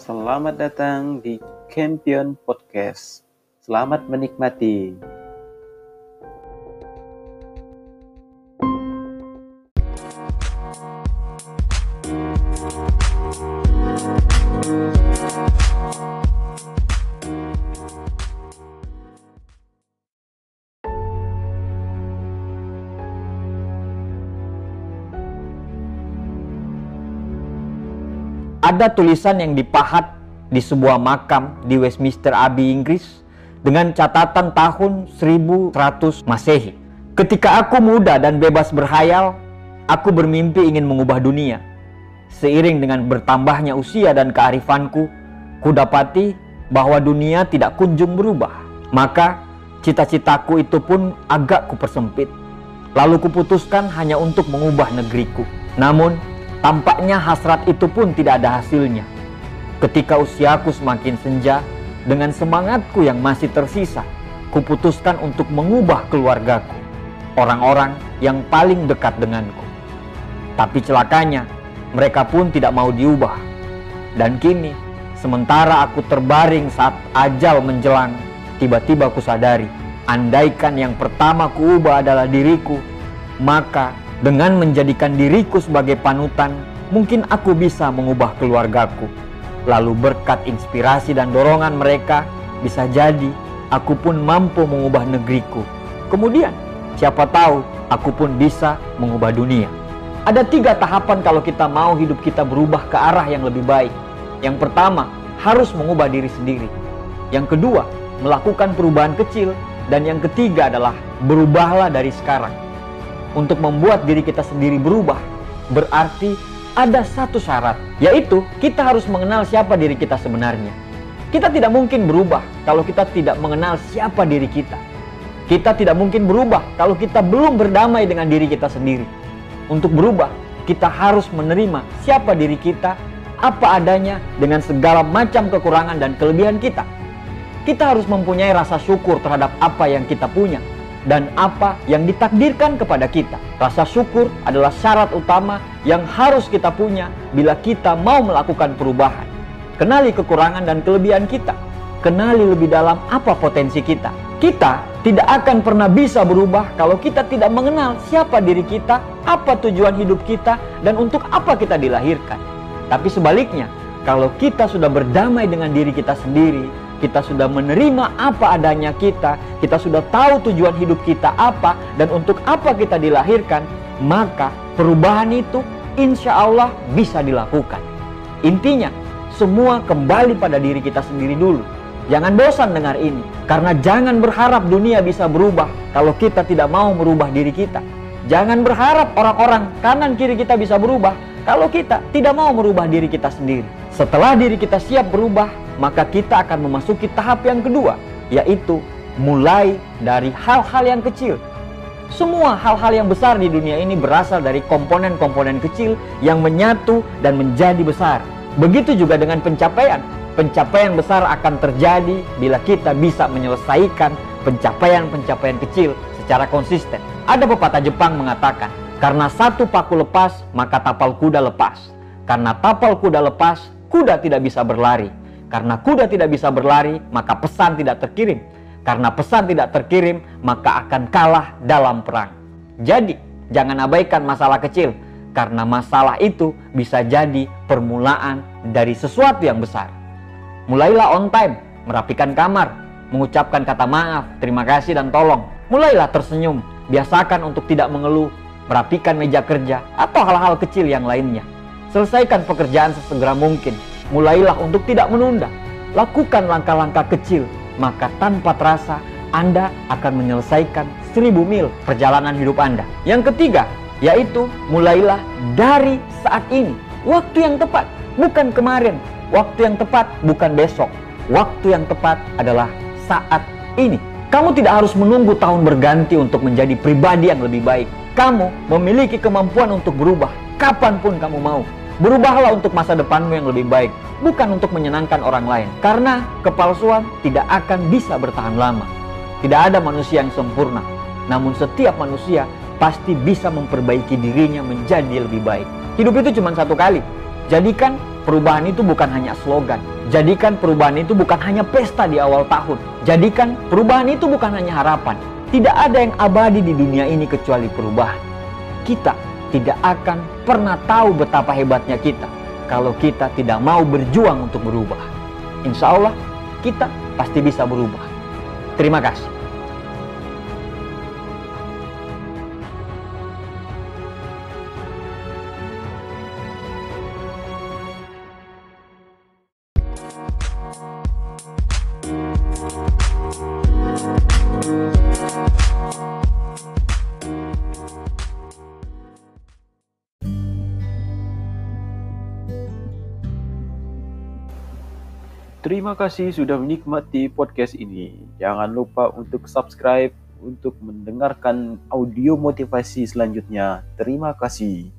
Selamat datang di Champion Podcast. Selamat menikmati. Ada tulisan yang dipahat di sebuah makam di Westminster Abbey, Inggris dengan catatan tahun 1100 Masehi. Ketika aku muda dan bebas berhayal, aku bermimpi ingin mengubah dunia. Seiring dengan bertambahnya usia dan kearifanku, kudapati bahwa dunia tidak kunjung berubah. Maka cita-citaku itu pun agak kupersempit. Lalu kuputuskan hanya untuk mengubah negeriku. Namun tampaknya hasrat itu pun tidak ada hasilnya. Ketika usiaku semakin senja, dengan semangatku yang masih tersisa, kuputuskan untuk mengubah keluargaku, orang-orang yang paling dekat denganku. Tapi celakanya, mereka pun tidak mau diubah. Dan kini, sementara aku terbaring saat ajal menjelang, tiba-tiba kusadari, andaikan yang pertama kuubah adalah diriku, maka dengan menjadikan diriku sebagai panutan, mungkin aku bisa mengubah keluargaku. Lalu berkat inspirasi dan dorongan mereka, bisa jadi aku pun mampu mengubah negeriku. Kemudian, siapa tahu aku pun bisa mengubah dunia. Ada 3 tahapan kalau kita mau hidup kita berubah ke arah yang lebih baik. Yang pertama, harus mengubah diri sendiri. Yang kedua, melakukan perubahan kecil. Dan yang ketiga adalah berubahlah dari sekarang. Untuk membuat diri kita sendiri berubah, berarti ada satu syarat, yaitu kita harus mengenal siapa diri kita sebenarnya. Kita tidak mungkin berubah kalau kita tidak mengenal siapa diri kita. Kita tidak mungkin berubah kalau kita belum berdamai dengan diri kita sendiri. Untuk berubah, kita harus menerima siapa diri kita, apa adanya dengan segala macam kekurangan dan kelebihan kita. Kita harus mempunyai rasa syukur terhadap apa yang kita punya dan apa yang ditakdirkan kepada kita. Rasa syukur adalah syarat utama yang harus kita punya bila kita mau melakukan perubahan. Kenali kekurangan dan kelebihan kita. Kenali lebih dalam apa potensi kita. Kita tidak akan pernah bisa berubah kalau kita tidak mengenal siapa diri kita, apa tujuan hidup kita, dan untuk apa kita dilahirkan. Tapi sebaliknya, kalau kita sudah berdamai dengan diri kita sendiri, kita sudah menerima apa adanya kita sudah tahu tujuan hidup kita apa dan untuk apa kita dilahirkan, maka perubahan itu insya Allah bisa dilakukan. Intinya, semua kembali pada diri kita sendiri dulu. Jangan bosan dengar ini, karena jangan berharap dunia bisa berubah kalau kita tidak mau merubah diri kita. Jangan berharap orang-orang kanan kiri kita bisa berubah kalau kita tidak mau merubah diri kita sendiri. Setelah diri kita siap berubah, maka kita akan memasuki tahap yang kedua, yaitu mulai dari hal-hal yang kecil. Semua hal-hal yang besar di dunia ini berasal dari komponen-komponen kecil yang menyatu dan menjadi besar. Begitu juga dengan pencapaian. Pencapaian besar akan terjadi bila kita bisa menyelesaikan pencapaian-pencapaian kecil secara konsisten. Ada pepatah Jepang mengatakan, karena satu paku lepas, maka tapal kuda lepas. Karena tapal kuda lepas, kuda tidak bisa berlari. Karena kuda tidak bisa berlari, maka pesan tidak terkirim. Karena pesan tidak terkirim, maka akan kalah dalam perang. Jadi, jangan abaikan masalah kecil, karena masalah itu bisa jadi permulaan dari sesuatu yang besar. Mulailah on time, merapikan kamar, mengucapkan kata maaf, terima kasih, dan tolong. Mulailah tersenyum, biasakan untuk tidak mengeluh, merapikan meja kerja, atau hal-hal kecil yang lainnya. Selesaikan pekerjaan sesegera mungkin. Mulailah untuk tidak menunda. Lakukan langkah-langkah kecil, maka tanpa terasa Anda akan menyelesaikan 1000 mil perjalanan hidup Anda. Yang ketiga, yaitu mulailah dari saat ini. Waktu yang tepat, bukan kemarin. Waktu yang tepat, bukan besok. Waktu yang tepat adalah saat ini. Kamu tidak harus menunggu tahun berganti untuk menjadi pribadi yang lebih baik. Kamu memiliki kemampuan untuk berubah kapanpun kamu mau. Berubahlah untuk masa depanmu yang lebih baik, bukan untuk menyenangkan orang lain. Karena kepalsuan tidak akan bisa bertahan lama. Tidak ada manusia yang sempurna, namun setiap manusia pasti bisa memperbaiki dirinya menjadi lebih baik. Hidup itu cuma satu kali. Jadikan perubahan itu bukan hanya slogan. Jadikan perubahan itu bukan hanya pesta di awal tahun. Jadikan perubahan itu bukan hanya harapan. Tidak ada yang abadi di dunia ini kecuali perubahan. Kita tidak akan pernah tahu betapa hebatnya kita kalau kita tidak mau berjuang untuk berubah. Insya Allah kita pasti bisa berubah. Terima kasih. Terima kasih sudah menikmati podcast ini. Jangan lupa untuk subscribe untuk mendengarkan audio motivasi selanjutnya. Terima kasih.